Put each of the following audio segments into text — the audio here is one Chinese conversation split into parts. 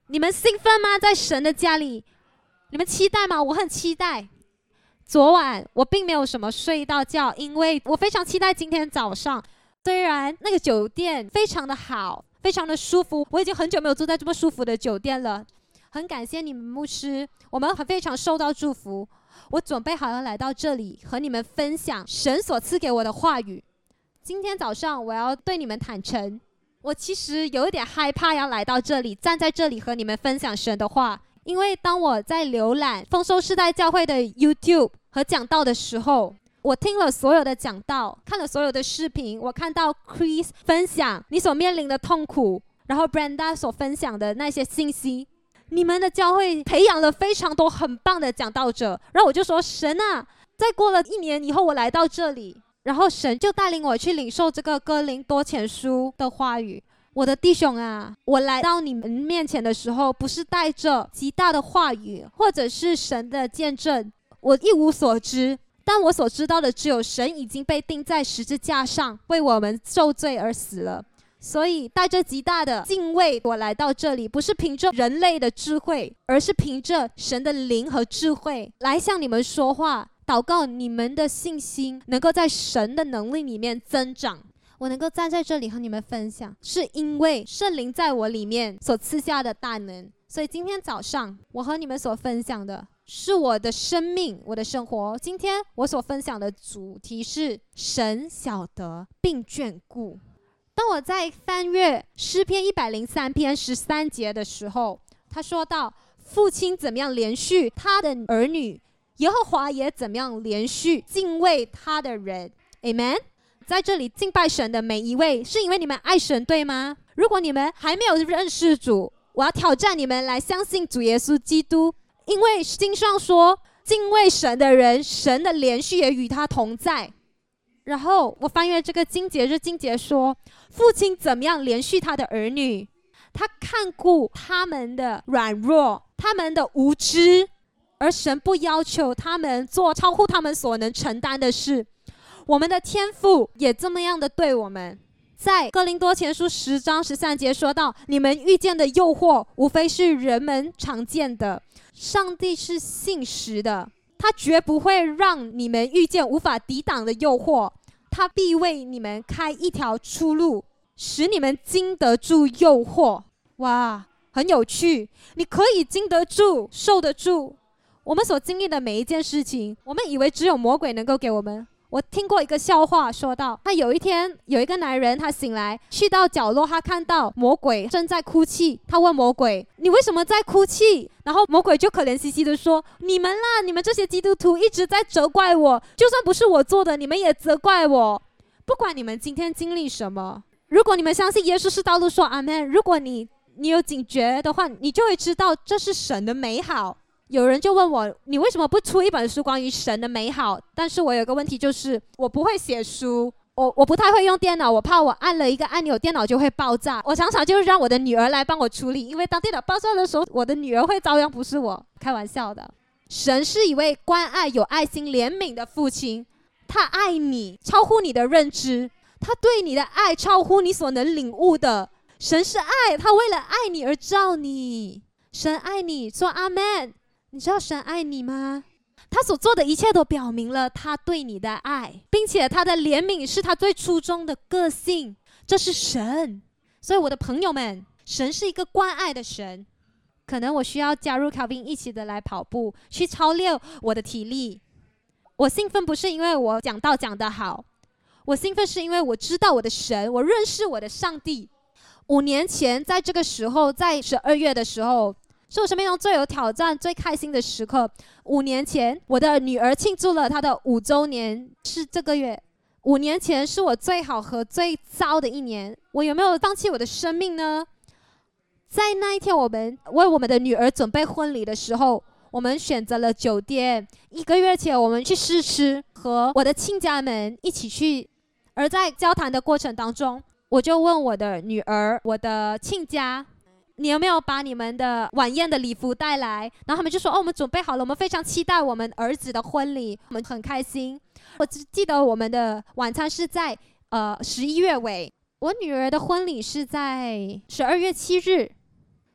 你们兴奋吗？在神的家里，你们期待吗？我很期待。昨晚我并没有什么睡到觉，因为我非常期待今天早上。虽然那个酒店非常的好，非常的舒服，我已经很久没有住在这么舒服的酒店了。很感谢你们牧师，我们非常受到祝福。我准备好要来到这里和你们分享神所赐给我的话语。今天早上我要对你们坦诚，我其实有一点害怕要来到这里，站在这里和你们分享神的话。因为当我在浏览丰收世代教会的 YouTube 和讲道的时候，我听了所有的讲道，看了所有的视频，我看到 Chris 分享你所面临的痛苦，然后 Brenda 所分享的那些信息。你们的教会培养了非常多很棒的讲道者，然后我就说神啊，再过了1年以后我来到这里，然后神就带领我去领受这个哥林多前书的话语。我的弟兄啊，我来到你们面前的时候，不是带着极大的话语或者是神的见证，我一无所知，但我所知道的只有神已经被钉在十字架上，为我们受罪而死了。所以带着极大的敬畏，我来到这里，不是凭着人类的智慧，而是凭着神的灵和智慧来向你们说话，祷告你们的信心能够在神的能力里面增长。我能够站在这里和你们分享，是因为圣灵在我里面所赐下的大能。所以今天早上我和你们所分享的是我的生命，我的生活。今天我所分享的主题是神晓得并眷顾。当我在翻阅诗篇103篇13节的时候，他说到父亲怎么样连续他的儿女，耶和华也怎么样连续敬畏他的人。 Amen。在这里敬拜神的每一位，是因为你们爱神，对吗？如果你们还没有认识主，我要挑战你们来相信主耶稣基督，因为经上说敬畏神的人，神的连续也与他同在。然后我翻阅这个经节，这经节说父亲怎么样连续他的儿女，他看顾他们的软弱，他们的无知，而神不要求他们做超乎他们所能承担的事。我们的天父也这么样的对我们。在哥林多前书10章13节说到，你们遇见的诱惑无非是人们常见的，上帝是信实的，他绝不会让你们遇见无法抵挡的诱惑，他必为你们开一条出路，使你们经得住诱惑。哇，很有趣，你可以经得住，受得住。我们所经历的每一件事情，我们以为只有魔鬼能够给我们。我听过一个笑话，说到他有一天有一个男人，他醒来去到角落，他看到魔鬼正在哭泣，他问魔鬼，你为什么在哭泣？然后魔鬼就可怜兮兮的说，你们啦，你们这些基督徒一直在责怪我，就算不是我做的，你们也责怪我。不管你们今天经历什么，如果你们相信耶稣是道路，说阿们。如果你有警觉的话，你就会知道这是神的美好。有人就问我，你为什么不出一本书关于神的美好？但是我有个问题，就是我不会写书，我不太会用电脑，我怕我按了一个按钮电脑就会爆炸。我常常就让我的女儿来帮我处理，因为当电脑爆炸的时候，我的女儿会遭殃，不是我。开玩笑的。神是一位关爱、有爱心、怜悯的父亲，他爱你超乎你的认知，他对你的爱超乎你所能领悟的。神是爱，他为了爱你而造你。神爱你，说阿们。你知道神爱你吗？他所做的一切都表明了他对你的爱，并且他的怜悯是他最初衷的个性，这是神。所以我的朋友们，神是一个关爱的神。可能我需要加入 Calvin 一起的来跑步，去操练我的体力。我兴奋不是因为我讲道讲得好，我兴奋是因为我知道我的神，我认识我的上帝。5年前在这个时候，在12月的时候，是我生命中最有挑战、最开心的时刻。5年前，我的女儿庆祝了她的5周年，是这个月。5年前是我最好和最糟的一年，我有没有放弃我的生命呢？在那一天，我们为我们的女儿准备婚礼的时候，我们选择了酒店。1个月前，我们去试吃，和我的亲家们一起去。而在交谈的过程当中，我就问我的女儿、我的亲家，你有没有把你们的晚宴的礼服带来？然后他们就说，我们准备好了，我们非常期待我们儿子的婚礼，我们很开心。我只记得我们的晚餐是在11月尾，我女儿的婚礼是在12月7日。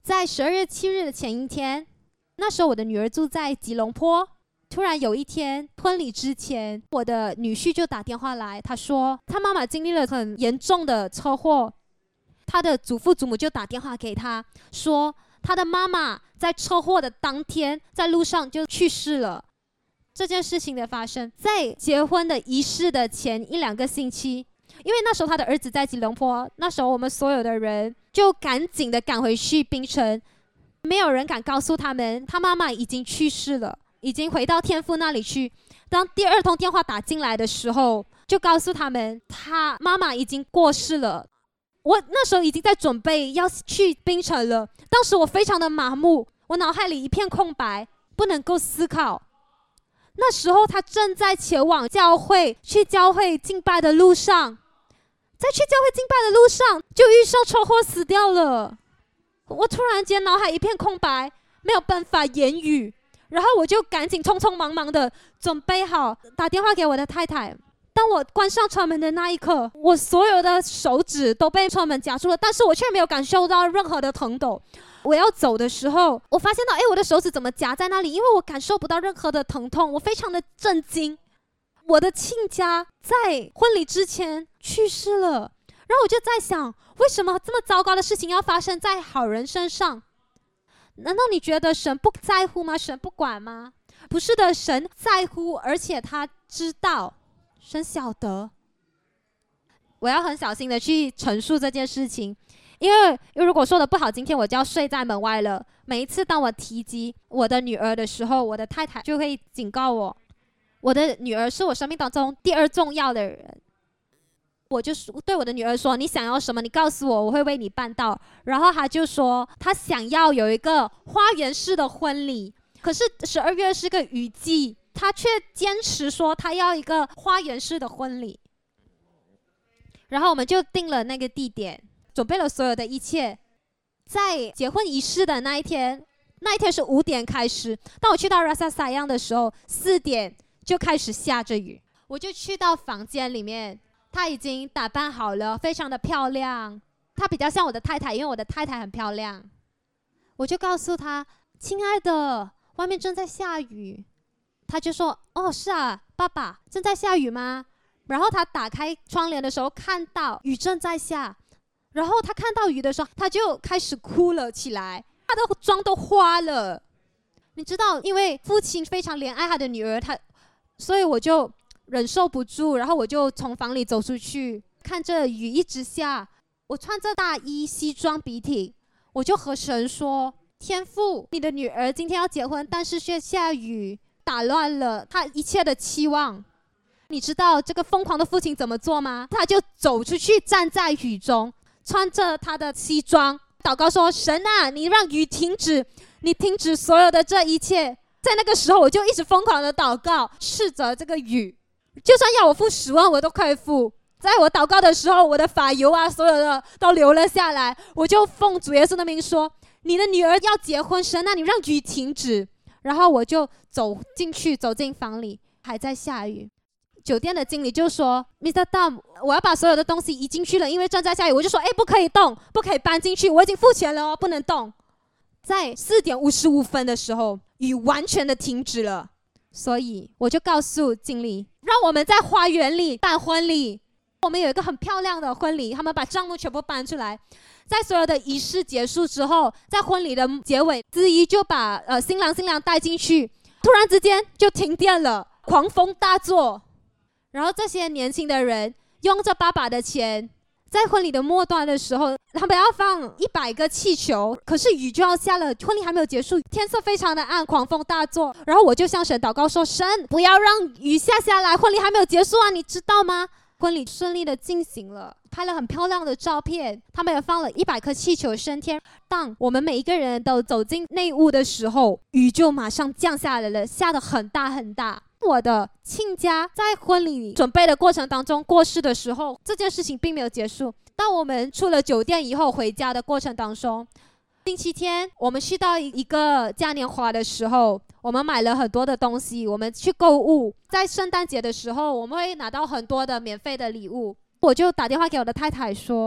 在12月7日的前一天，那时候我的女儿住在吉隆坡。突然有一天，婚礼之前，我的女婿就打电话来，他说他妈妈经历了很严重的车祸，他的祖父祖母就打电话给他，说他的妈妈在车祸的当天在路上就去世了。这件事情的发生在结婚的仪式的前1-2个星期，因为那时候他的儿子在吉隆坡，那时候我们所有的人就赶紧的赶回去槟城，没有人敢告诉他们他妈妈已经去世了，已经回到天父那里去。当第2通电话打进来的时候，就告诉他们他妈妈已经过世了。我那时候已经在准备要去槟城了，当时我非常的麻木，我脑海里一片空白，不能够思考。那时候他正在前往教会，去教会敬拜的路上，在去教会敬拜的路上就遇上车祸死掉了。我突然间脑海一片空白，没有办法言语，然后我就赶紧匆匆忙忙的准备好打电话给我的太太。当我关上车门的那一刻，我所有的手指都被车门夹住了，但是我却没有感受到任何的疼痛。我要走的时候，我发现到我的手指怎么夹在那里，因为我感受不到任何的疼痛，我非常的震惊。我的亲家在婚礼之前去世了，然后我就在想，为什么这么糟糕的事情要发生在好人身上？难道你觉得神不在乎吗？神不管吗？不是的，神在乎，而且他知道，神晓得。我要很小心的去陈述这件事情，因为如果说的不好，今天我就要睡在门外了。每一次当我提及我的女儿的时候，我的太太就会警告我，我的女儿是我生命当中第2重要的人。我就对我的女儿说，你想要什么你告诉我，我会为你办到。然后她就说她想要有一个花园式的婚礼，可是12月是个雨季，她却坚持说她要一个花园式的婚礼。然后我们就定了那个地点，准备了所有的一切。在结婚仪式的那一天是5点开始，当我去到 Rasa Sayang 的时候，4点就开始下着雨。我就去到房间里面，她已经打扮好了，非常的漂亮。她比较像我的太太，因为我的太太很漂亮。我就告诉她，亲爱的，外面正在下雨。她就说，哦，是啊，爸爸，正在下雨吗？然后她打开窗帘的时候，看到雨正在下。然后她看到雨的时候，她就开始哭了起来，她的妆都花了。你知道，因为父亲非常怜爱他的女儿，所以我就忍受不住，然后我就从房里走出去，看着雨一直下，我穿着大衣、西装笔挺，我就和神说，天父，你的女儿今天要结婚，但是却下雨，打乱了她一切的期望。你知道这个疯狂的父亲怎么做吗？他就走出去，站在雨中，穿着他的西装，祷告说，神啊，你让雨停止，你停止所有的这一切。在那个时候我就一直疯狂的祷告，斥责这个雨，就算要我付10万我都可以付。在我祷告的时候，我的发油啊所有的都流了下来，我就奉主耶稣的名说，你的女儿要结婚，神啊，你让雨停止。然后我就走进房里，还在下雨。酒店的经理就说 Mr. Tam， 我要把所有的东西移进去了，因为正在下雨。我就说不可以动，不可以搬进去，我已经付钱了哦，不能动。在4点55分的时候，雨完全的停止了，所以我就告诉经理，让我们在花园里办婚礼。我们有一个很漂亮的婚礼，他们把帐幕全部搬出来。在所有的仪式结束之后，在婚礼的结尾，司仪就把新郎新娘带进去，突然之间就停电了，狂风大作。然后这些年轻的人用着爸爸的钱，在婚礼的末端的时候，他们要放100个气球，可是雨就要下了，婚礼还没有结束，天色非常的暗，狂风大作。然后我就向神祷告说，神，不要让雨下来，婚礼还没有结束啊，你知道吗？婚礼顺利的进行了，拍了很漂亮的照片，他们也放了100颗气球升天。当我们每一个人都走进内屋的时候，雨就马上降下来了，下得很大很大。我的亲家在婚礼准备的过程当中过世的时候，这件事情并没有结束。当我们出了酒店以后回家的过程当中，星期天我们去到一个嘉年华的时候，我们买了很多的东西，我们去购物。在圣诞节的时候，我们会拿到很多的免费的礼物。我就打电话给我的太太说，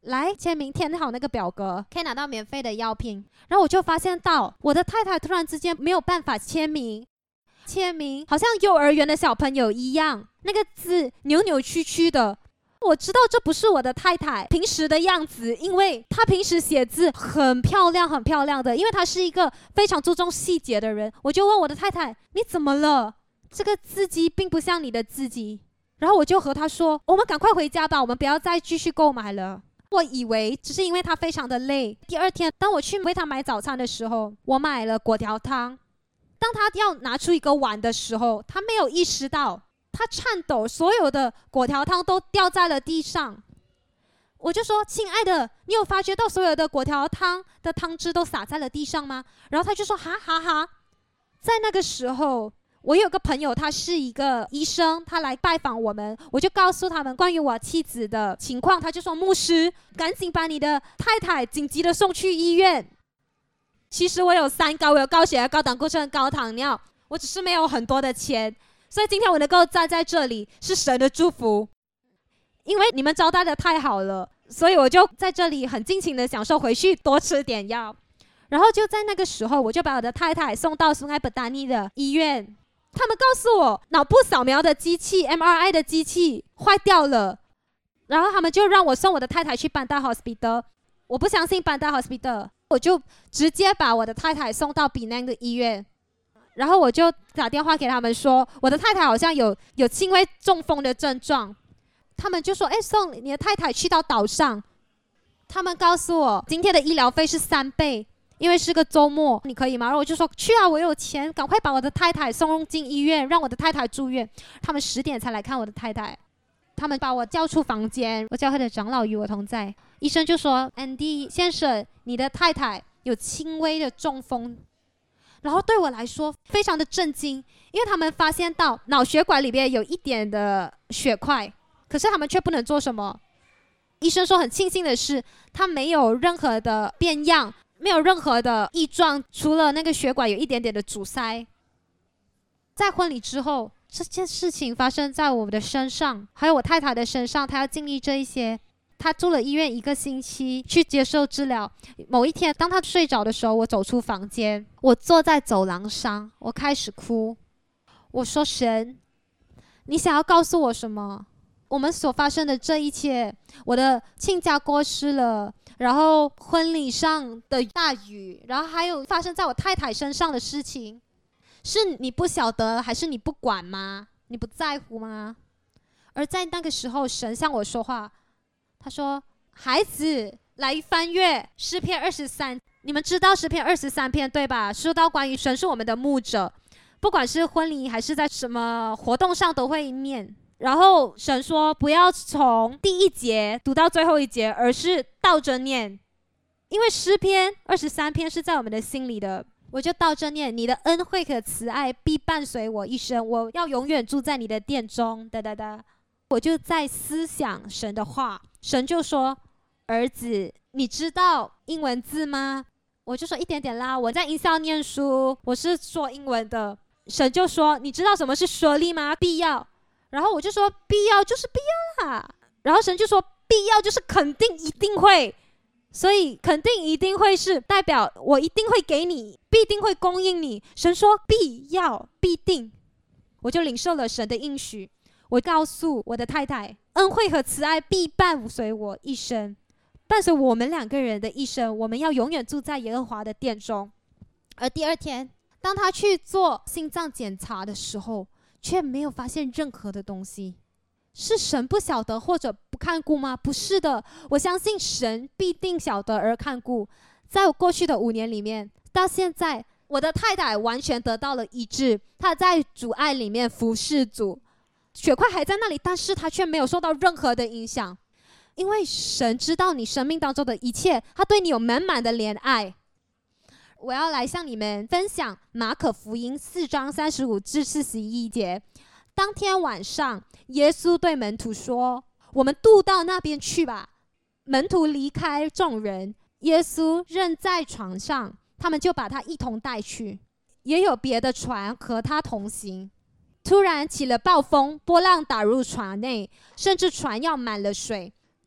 来签名，填好那个表格，可以拿到免费的药品。然后我就发现到我的太太突然之间没有办法签名好像幼儿园的小朋友一样，那个字扭扭曲曲的。我知道这不是我的太太平时的样子，因为她平时写字很漂亮很漂亮的，因为她是一个非常注重细节的人。我就问我的太太，你怎么了？这个字迹并不像你的字迹。然后我就和她说，我们赶快回家吧，我们不要再继续购买了。我以为只是因为她非常的累。第二天当我去为她买早餐的时候，我买了粿条汤。当她要拿出一个碗的时候，她没有意识到，她颤抖，所有的粿条汤都掉在了地上。我就说，亲爱的，你有发觉到所有的粿条汤的汤汁都洒在了地上吗？然后她就说，哈哈哈。在那个时候，我有个朋友，他是一个医生，他来拜访我们，我就告诉他们关于我妻子的情况。他就说，牧师，赶紧把你的太太紧急的送去医院。其实我有3高，我有高血压、高胆固醇、高糖尿，我只是没有很多的钱。所以今天我能够站在这里是神的祝福，因为你们招待的太好了，所以我就在这里很尽情的享受，回去多吃点药。然后就在那个时候，我就把我的太太送到苏埃本达尼的医院。他们告诉我，脑部扫描的机器 MRI 的机器坏掉了，然后他们就让我送我的太太去班达 Hospital。 我不相信班达 Hospital， 我就直接把我的太太送到比南的医院。然后我就打电话给他们说，我的太太好像有轻微中风的症状。他们就说，送你的太太去到岛上。他们告诉我，今天的医疗费是3倍，因为是个周末，你可以吗？然后我就说，去啊，我有钱，赶快把我的太太送进医院，让我的太太住院。他们10点才来看我的太太。他们把我叫出房间，我教会的长老与我同在。医生就说， Andy 先生，你的太太有轻微的中风。然后对我来说非常的震惊，因为他们发现到脑血管里面有一点的血块，可是他们却不能做什么。医生说很庆幸的是，他没有任何的变样，没有任何的异状，除了那个血管有一点点的阻塞。在婚礼之后，这件事情发生在我的身上，还有我太太的身上，她要经历这一些。他住了医院1个星期去接受治疗。某一天当他睡着的时候，我走出房间，我坐在走廊上，我开始哭。我说，神，你想要告诉我什么？我们所发生的这一切，我的亲家过世了，然后婚礼上的大雨，然后还有发生在我太太身上的事情，是你不晓得还是你不管吗？你不在乎吗？而在那个时候，神向我说话，他说，孩子，来翻阅诗篇23。你们知道诗篇23篇对吧？说到关于神是我们的牧者，不管是婚礼还是在什么活动上都会念。然后神说，不要从第1节读到最后1节，而是倒着念，因为诗篇23篇是在我们的心里的。我就倒着念，你的恩惠和慈爱必伴随我一生，我要永远住在你的殿中。我就在思想神的话。神就说，儿子，你知道英文字吗？我就说，一点点啦，我在英校念书，我是说英文的。神就说，你知道什么是说力吗？必要。然后我就说，必要就是必要啦。然后神就说，必要就是肯定一定会，所以肯定一定会是代表我一定会给你，必定会供应你。神说必要必定，我就领受了神的应许。我告诉我的太太，恩惠和慈爱必伴随我一生，伴随我们2个人的一生，我们要永远住在耶和华的殿中。而第2天，当他去做心脏检查的时候，却没有发现任何的东西。是神不晓得或者不看顾吗？不是的，我相信神必定晓得而看顾。在我过去的5年里面，到现在，我的太太完全得到了医治，她在主爱里面服侍主，血块还在那里，但是他却没有受到任何的影响，因为神知道你生命当中的一切，他对你有满满的怜爱。我要来向你们分享马可福音4章35至41节。当天晚上，耶稣对门徒说，我们渡到那边去吧。门徒离开众人，耶稣仍在船上，他们就把他一同带去，也有别的船和他同行。突然起了暴风，波浪打入船内，甚至船要满了水。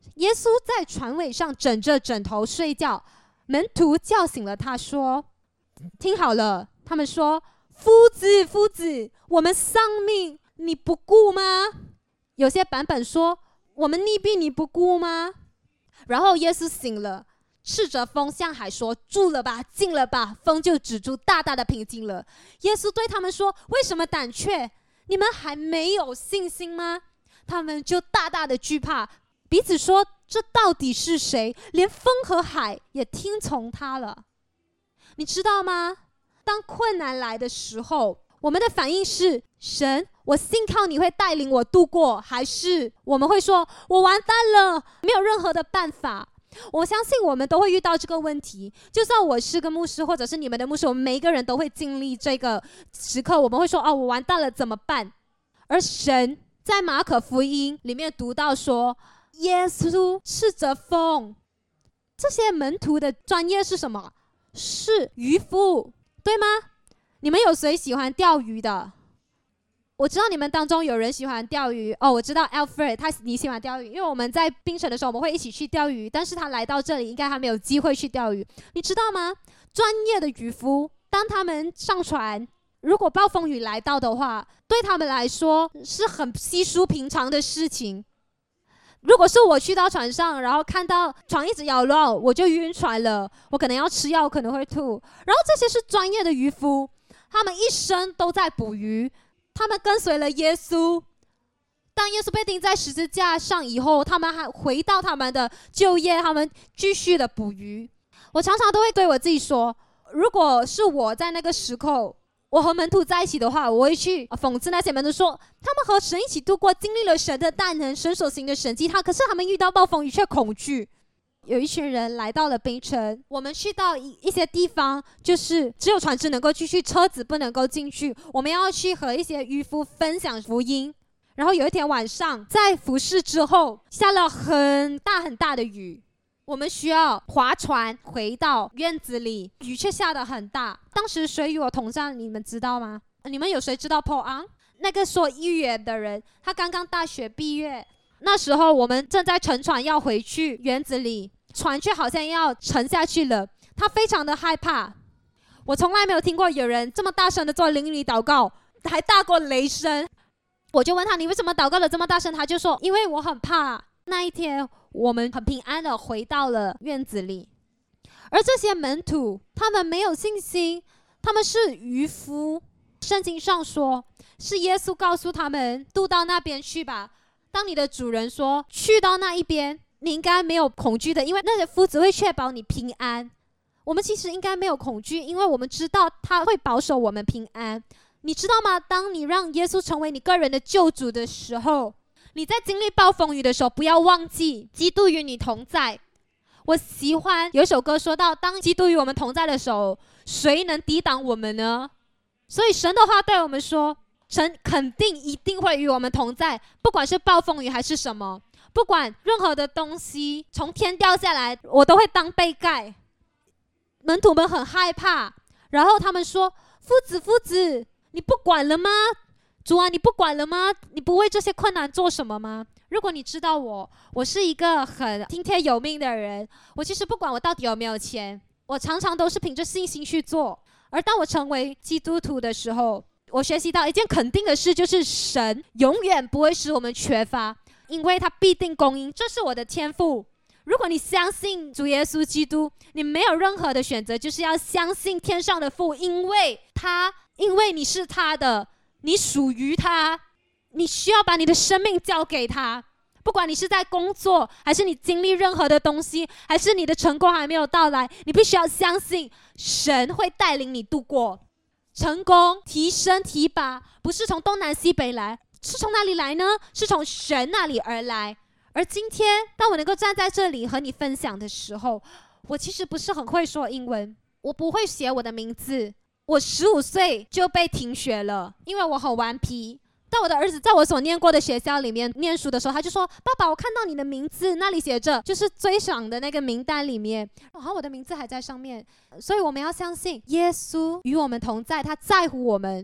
耶稣在船尾上枕着枕头睡觉，门徒叫醒了他说，听好了，他们说，夫子，夫子，我们丧命，你不顾吗？有些版本说，我们溺毙，你不顾吗？然后耶稣醒了，斥着风向海说，住了吧，静了吧，风就止住，大大的平静了。耶稣对他们说，为什么胆怯？你们还没有信心吗？他们就大大的惧怕，彼此说，这到底是谁？连风和海也听从他了。你知道吗？当困难来的时候，我们的反应是，神，我信靠你会带领我度过，还是我们会说，我完蛋了，没有任何的办法？我相信我们都会遇到这个问题，就算我是个牧师，或者是你们的牧师，我们每一个人都会经历这个时刻，我们会说，我完蛋了，怎么办？而神在马可福音里面读到说，耶稣斥着风，这些门徒的专业是什么？是渔夫，对吗？你们有谁喜欢钓鱼的？我知道你们当中有人喜欢钓鱼我知道 Alfred 你喜欢钓鱼，因为我们在槟城的时候我们会一起去钓鱼，但是他来到这里应该还没有机会去钓鱼。你知道吗？专业的渔夫当他们上船，如果暴风雨来到的话，对他们来说是很稀疏平常的事情。如果是我去到船上，然后看到船一直摇乱，我就晕船了，我可能要吃药，可能会吐。然后这些是专业的渔夫，他们一生都在捕鱼，他们跟随了耶稣。当耶稣被钉在十字架上以后，他们还回到他们的就业，他们继续的捕鱼。我常常都会对我自己说，如果是我在那个时候，我和门徒在一起的话，我会去讽刺那些门徒说，他们和神一起度过，经历了神的大能，神所行的神迹，可是他们遇到暴风雨却恐惧。有一群人来到了槟城，我们去到一些地方，就是只有船只能够进去，车子不能够进去，我们要去和一些渔夫分享福音。然后有一天晚上，在服事之后，下了很大很大的雨，我们需要划船回到院子里，雨却下得很大。当时谁与我同在，你们知道吗？你们有谁知道 Paul Ang？ 那个说预言的人，他刚刚大学毕业，那时候我们正在乘船要回去园子里，船却好像要沉下去了，他非常的害怕。我从来没有听过有人这么大声的做灵里祷告，还大过雷声。我就问他，你为什么祷告了这么大声？他就说，因为我很怕。那一天我们很平安的回到了院子里。而这些门徒，他们没有信心，他们是渔夫。圣经上说，是耶稣告诉他们，渡到那边去吧。当你的主人说去到那一边，你应该没有恐惧的，因为那些夫子会确保你平安。我们其实应该没有恐惧，因为我们知道他会保守我们平安。你知道吗？当你让耶稣成为你个人的救主的时候，你在经历暴风雨的时候，不要忘记基督与你同在。我喜欢有一首歌说到，当基督与我们同在的时候，谁能抵挡我们呢？所以神的话对我们说，神肯定一定会与我们同在，不管是暴风雨还是什么，不管任何的东西从天掉下来，我都会当被盖。门徒们很害怕，然后他们说，夫子，夫子，你不管了吗？主啊，你不管了吗？你不为这些困难做什么吗？如果你知道我是一个很听天由命的人，我其实不管我到底有没有钱，我常常都是凭着信心去做。而当我成为基督徒的时候，我学习到一件肯定的事，就是神永远不会使我们缺乏，因为他必定供应，这是我的天赋。如果你相信主耶稣基督，你没有任何的选择，就是要相信天上的父，因为你是他的，你属于他，你需要把你的生命交给他。不管你是在工作，还是你经历任何的东西，还是你的成功还没有到来，你必须要相信神会带领你度过。成功提升提拔不是从东南西北来，是从哪里来呢？是从神那里而来。而今天当我能够站在这里和你分享的时候，我其实不是很会说英文，我不会写我的名字，我15岁就被停学了，因为我很顽皮。但我的儿子在我所念过的学校里面念书的时候，他就说，爸爸，我看到你的名字那里写着就是最赏的那个名单里面，我的名字还在上面。所以我们要相信耶稣与我们同在，他在乎我们。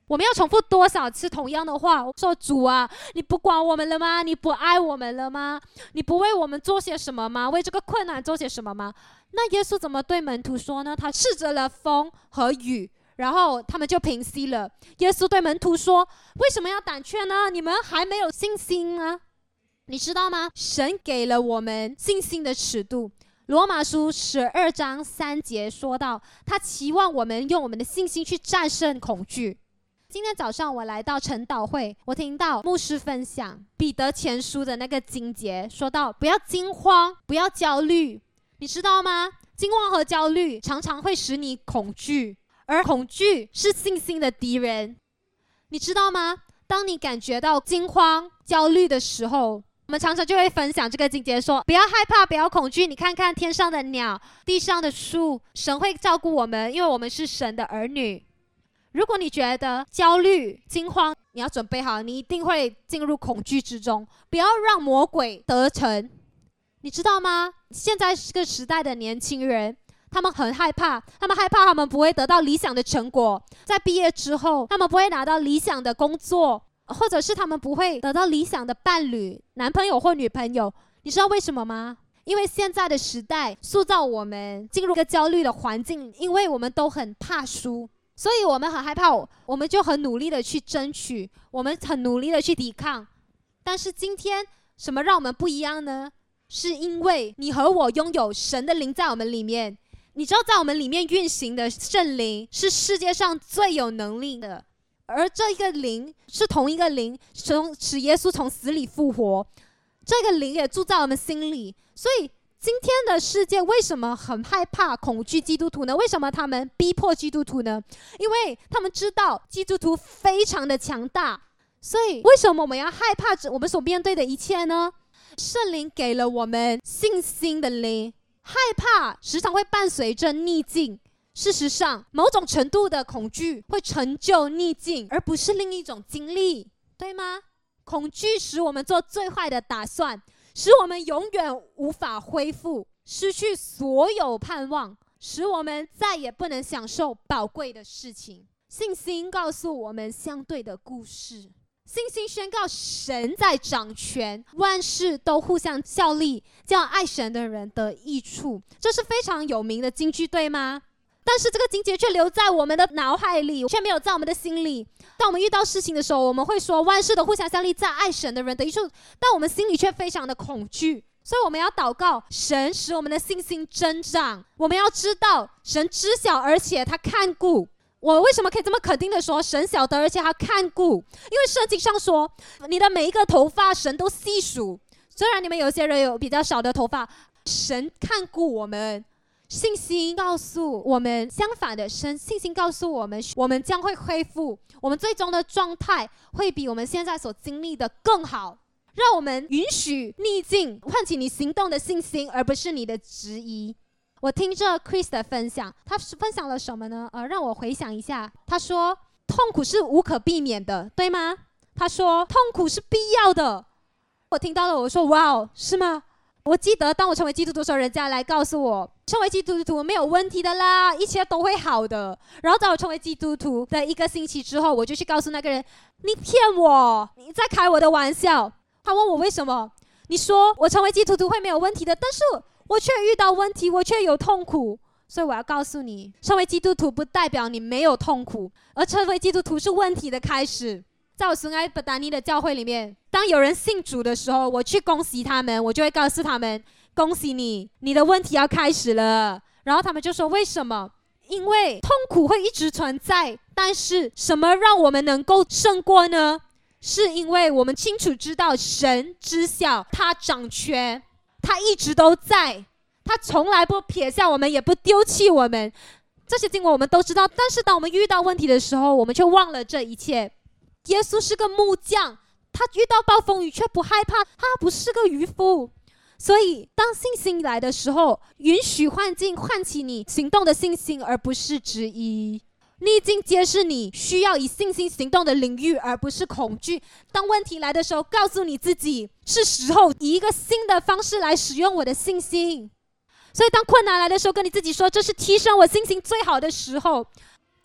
我们要重复多少次同样的话，说主啊，你不管我们了吗？你不爱我们了吗？你不为我们做些什么吗？为这个困难做些什么吗？那耶稣怎么对门徒说呢？他斥责了风和雨，然后他们就平息了。耶稣对门徒说，为什么要胆怯呢？你们还没有信心吗？你知道吗？神给了我们信心的尺度。罗马书12章3节说到，他期望我们用我们的信心去战胜恐惧。今天早上我来到晨祷会，我听到牧师分享彼得前书的那个经节，说到不要惊慌，不要焦虑。你知道吗？惊慌和焦虑常常会使你恐惧，而恐惧是信心的敌人。你知道吗？当你感觉到惊慌、焦虑的时候，我们常常就会分享这个经节说，不要害怕，不要恐惧，你看看天上的鸟，地上的树，神会照顾我们，因为我们是神的儿女。如果你觉得焦虑、惊慌，你要准备好，你一定会进入恐惧之中，不要让魔鬼得逞。你知道吗？现在这个时代的年轻人，他们很害怕，他们害怕他们不会得到理想的成果，在毕业之后，他们不会拿到理想的工作，或者是他们不会得到理想的伴侣、男朋友或女朋友。你知道为什么吗？因为现在的时代塑造我们进入一个焦虑的环境，因为我们都很怕输，所以我们很害怕，我们就很努力的去争取，我们很努力的去抵抗。但是今天什么让我们不一样呢？是因为你和我拥有神的灵在我们里面。你知道在我们里面运行的圣灵是世界上最有能力的，而这个灵是同一个灵，使耶稣从死里复活，这个灵也住在我们心里。所以今天的世界为什么很害怕、恐惧基督徒呢？为什么他们逼迫基督徒呢？因为他们知道基督徒非常的强大。所以为什么我们要害怕我们所面对的一切呢？圣灵给了我们信心的灵，害怕时常会伴随着逆境。事实上，某种程度的恐惧会成就逆境，而不是另一种经历，对吗？恐惧使我们做最坏的打算，使我们永远无法恢复，失去所有盼望，使我们再也不能享受宝贵的事情。信心告诉我们相对的故事，信心宣告神在掌权，万事都互相效力，叫爱神的人得益处。这是非常有名的金句，对吗？但是这个经节却留在我们的脑海里，却没有在我们的心里。当我们遇到事情的时候，我们会说万事都互相效力，在爱神的人得益处，但我们心里却非常的恐惧。所以我们要祷告，神使我们的信心增长。我们要知道神知晓，而且他看顾。我为什么可以这么肯定的说神晓得，而且他看顾？因为圣经上说，你的每一个头发神都细数。虽然你们有些人有比较少的头发，神看顾我们。信心告诉我们相反的，信心告诉我们，我们将会恢复，我们最终的状态会比我们现在所经历的更好。让我们允许逆境唤起你行动的信心，而不是你的质疑。我听着 Chris 的分享，他分享了什么呢？让我回想一下。他说痛苦是无可避免的，对吗？他说痛苦是必要的。我听到了，我说哇哦，是吗？我记得当我成为基督徒的时候，人家来告诉我，成为基督徒没有问题的啦，一切都会好的。然后在我成为基督徒的1个星期之后，我就去告诉那个人，你骗我，你在开我的玩笑。他问我为什么？你说我成为基督徒会没有问题的，但是我却遇到问题，我却有痛苦。所以我要告诉你，成为基督徒不代表你没有痛苦，而成为基督徒是问题的开始。在我孙爱布达尼的教会里面，当有人信主的时候，我去恭喜他们，我就会告诉他们，恭喜你，你的问题要开始了。然后他们就说为什么？因为痛苦会一直存在，但是什么让我们能够胜过呢？是因为我们清楚知道神知晓，他掌权，他一直都在，他从来不撇下我们，也不丢弃我们。这些经文我们都知道，但是当我们遇到问题的时候，我们却忘了这一切。耶稣是个木匠，他遇到暴风雨却不害怕，他不是个渔夫。所以当信心来的时候，允许环境唤起你行动的信心，而不是质疑。逆境皆是你需要以信心行动的领域，而不是恐惧。当问题来的时候，告诉你自己，是时候以一个新的方式来使用我的信心。所以当困难来的时候，跟你自己说，这是提升我信心最好的时候。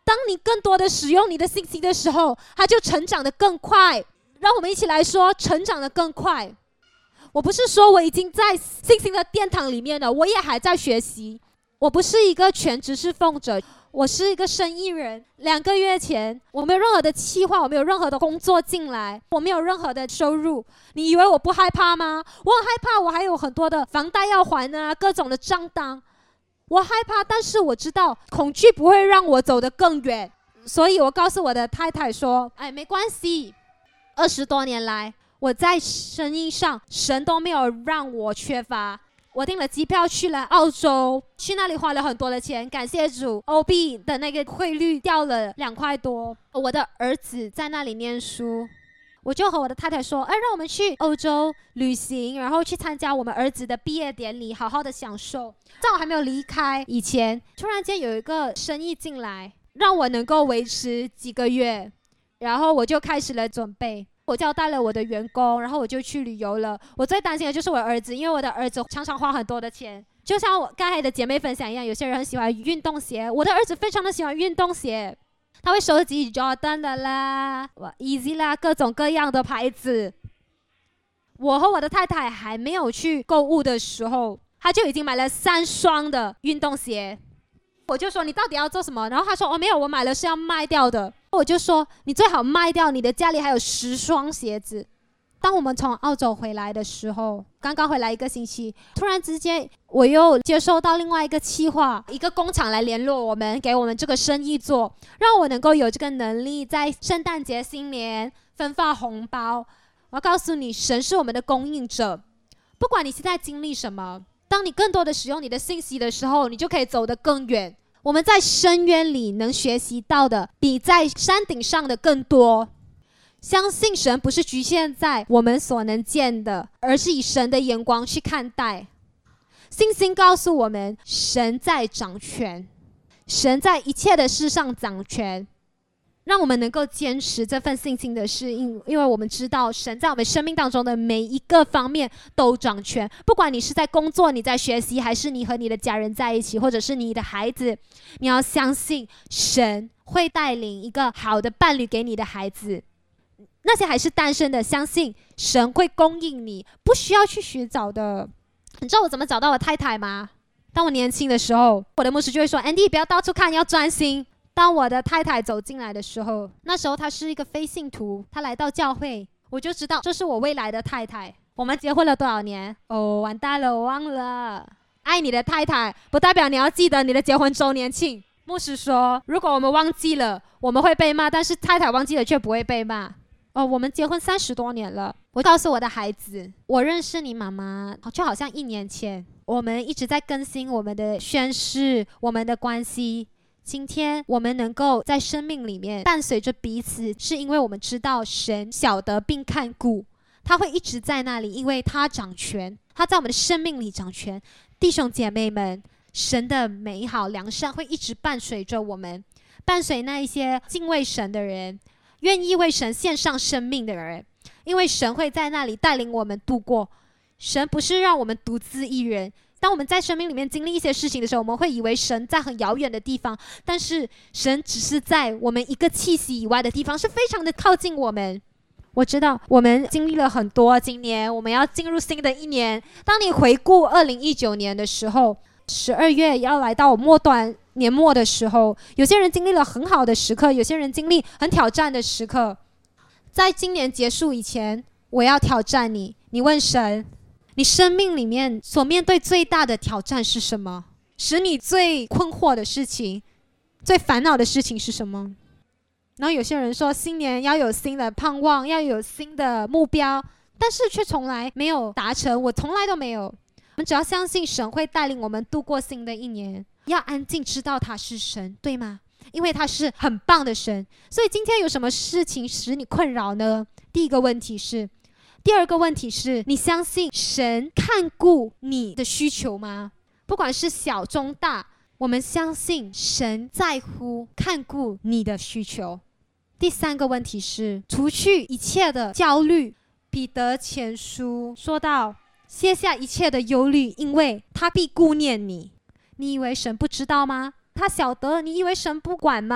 当你更多的使用你的信心的时候，它就成长得更快。让我们一起来说，成长得更快。我不是说我已经在信心的殿堂里面了，我也还在学习。我不是一个全职侍奉者，我是一个生意人。2个月前，我没有任何的企划，我没有任何的工作进来，我没有任何的收入。你以为我不害怕吗？我很害怕，我还有很多的房贷要还啊，各种的账单。我害怕，但是我知道恐惧不会让我走得更远。所以我告诉我的太太说，没关系，20多年来我在生意上神都没有让我缺乏。我订了机票去了澳洲，去那里花了很多的钱，感谢主，欧币的那个汇率掉了2块多。我的儿子在那里念书，我就和我的太太说，让我们去欧洲旅行，然后去参加我们儿子的毕业典礼，好好的享受。在我还没有离开以前，突然间有一个生意进来，让我能够维持几个月，然后我就开始了准备。我交代了我的员工，然后我就去旅游了。我最担心的就是我儿子，因为我的儿子常常花很多的钱，就像我刚才的姐妹分享一样，有些人很喜欢运动鞋，我的儿子非常的喜欢运动鞋，他会收集 Jordan 的啦、Easy 啦，各种各样的牌子。我和我的太太还没有去购物的时候，他就已经买了3双的运动鞋。我就说你到底要做什么？然后他说没有，我买了是要卖掉的。我就说你最好卖掉，你的家里还有10双鞋子。当我们从澳洲回来的时候，刚刚回来1个星期，突然之间我又接收到另外一个企划，一个工厂来联络我们，给我们这个生意做，让我能够有这个能力在圣诞节新年分发红包。我要告诉你，神是我们的供应者。不管你现在经历什么，当你更多的使用你的信息的时候，你就可以走得更远。我们在深渊里能学习到的比在山顶上的更多。相信神不是局限在我们所能见的，而是以神的眼光去看待。信心告诉我们，神在掌权，神在一切的事上掌权。让我们能够坚持这份信心的是因为我们知道神在我们生命当中的每一个方面都掌权。不管你是在工作，你在学习，还是你和你的家人在一起，或者是你的孩子，你要相信神会带领一个好的伴侣给你的孩子。那些还是单身的，相信神会供应你，不需要去寻找的。你知道我怎么找到我太太吗？当我年轻的时候，我的牧师就会说 Andy 不要到处看，要专心。当我的太太走进来的时候，那时候她是一个非信徒，她来到教会，我就知道这是我未来的太太。我们结婚了多少年？完蛋了，我忘了。爱你的太太不代表你要记得你的结婚周年庆。牧师说，如果我们忘记了，我们会被骂，但是太太忘记了却不会被骂。我们结婚30多年了。我告诉我的孩子，我认识你妈妈就好像1年前。我们一直在更新我们的宣誓，我们的关系。今天我们能够在生命里面伴随着彼此，是因为我们知道神晓得并看顾，他会一直在那里，因为他掌权，他在我们的生命里掌权。弟兄姐妹们，神的美好良善会一直伴随着我们，伴随那一些敬畏神的人，愿意为神献上生命的人，因为神会在那里带领我们度过。神不是让我们独自一人。当我们在生命里面经历一些事情的时候，我们会以为神在很遥远的地方，但是神只是在我们一个气息以外的地方，是非常的靠近我们。我知道我们经历了很多，今年我们要进入新的一年。当你回顾2019年的时候，12月要来到末端年末的时候，有些人经历了很好的时刻，有些人经历很挑战的时刻。在今年结束以前，我要挑战你，你问神，你生命里面所面对最大的挑战是什么？使你最困惑的事情，最烦恼的事情是什么？然后有些人说新年要有新的盼望，要有新的目标，但是却从来没有达成。我从来都没有。我们只要相信神会带领我们度过新的一年，要安静知道他是神，对吗？因为他是很棒的神。所以今天有什么事情使你困扰呢？第二个问题是，你相信神看顾你的需求吗？不管是小中大，我们相信神在乎看顾你的需求。第3个问题是，除去一切的焦虑。彼得前书说到，卸下一切的忧虑，因为他必顾念你。你以为神不知道吗？他晓得。你以为神不管吗？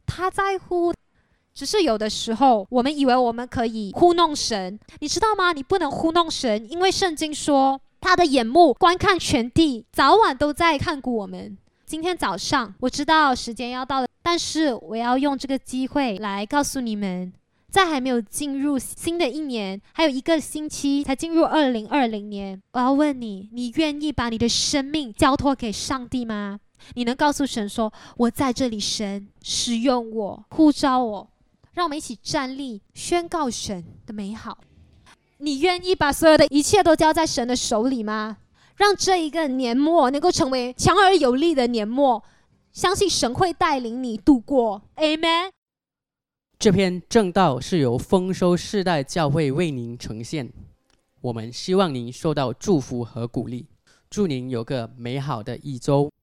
他在乎。只是有的时候我们以为我们可以糊弄神，你知道吗？你不能糊弄神，因为圣经说他的眼目观看全地，早晚都在看顾我们。今天早上我知道时间要到了，但是我要用这个机会来告诉你们，在还没有进入新的一年，还有1个星期才进入2020年，我要问你，你愿意把你的生命交托给上帝吗？你能告诉神说，我在这里，神使用我，呼召我。让我们一起站立，宣告神的美好。你愿意把所有的一切都交在神的手里吗？让这一个年末能够成为强而有力的年末，相信神会带领你度过。 Amen。 这篇正道是由丰收世代教会为您呈现，我们希望您受到祝福和鼓励，祝您有个美好的一周。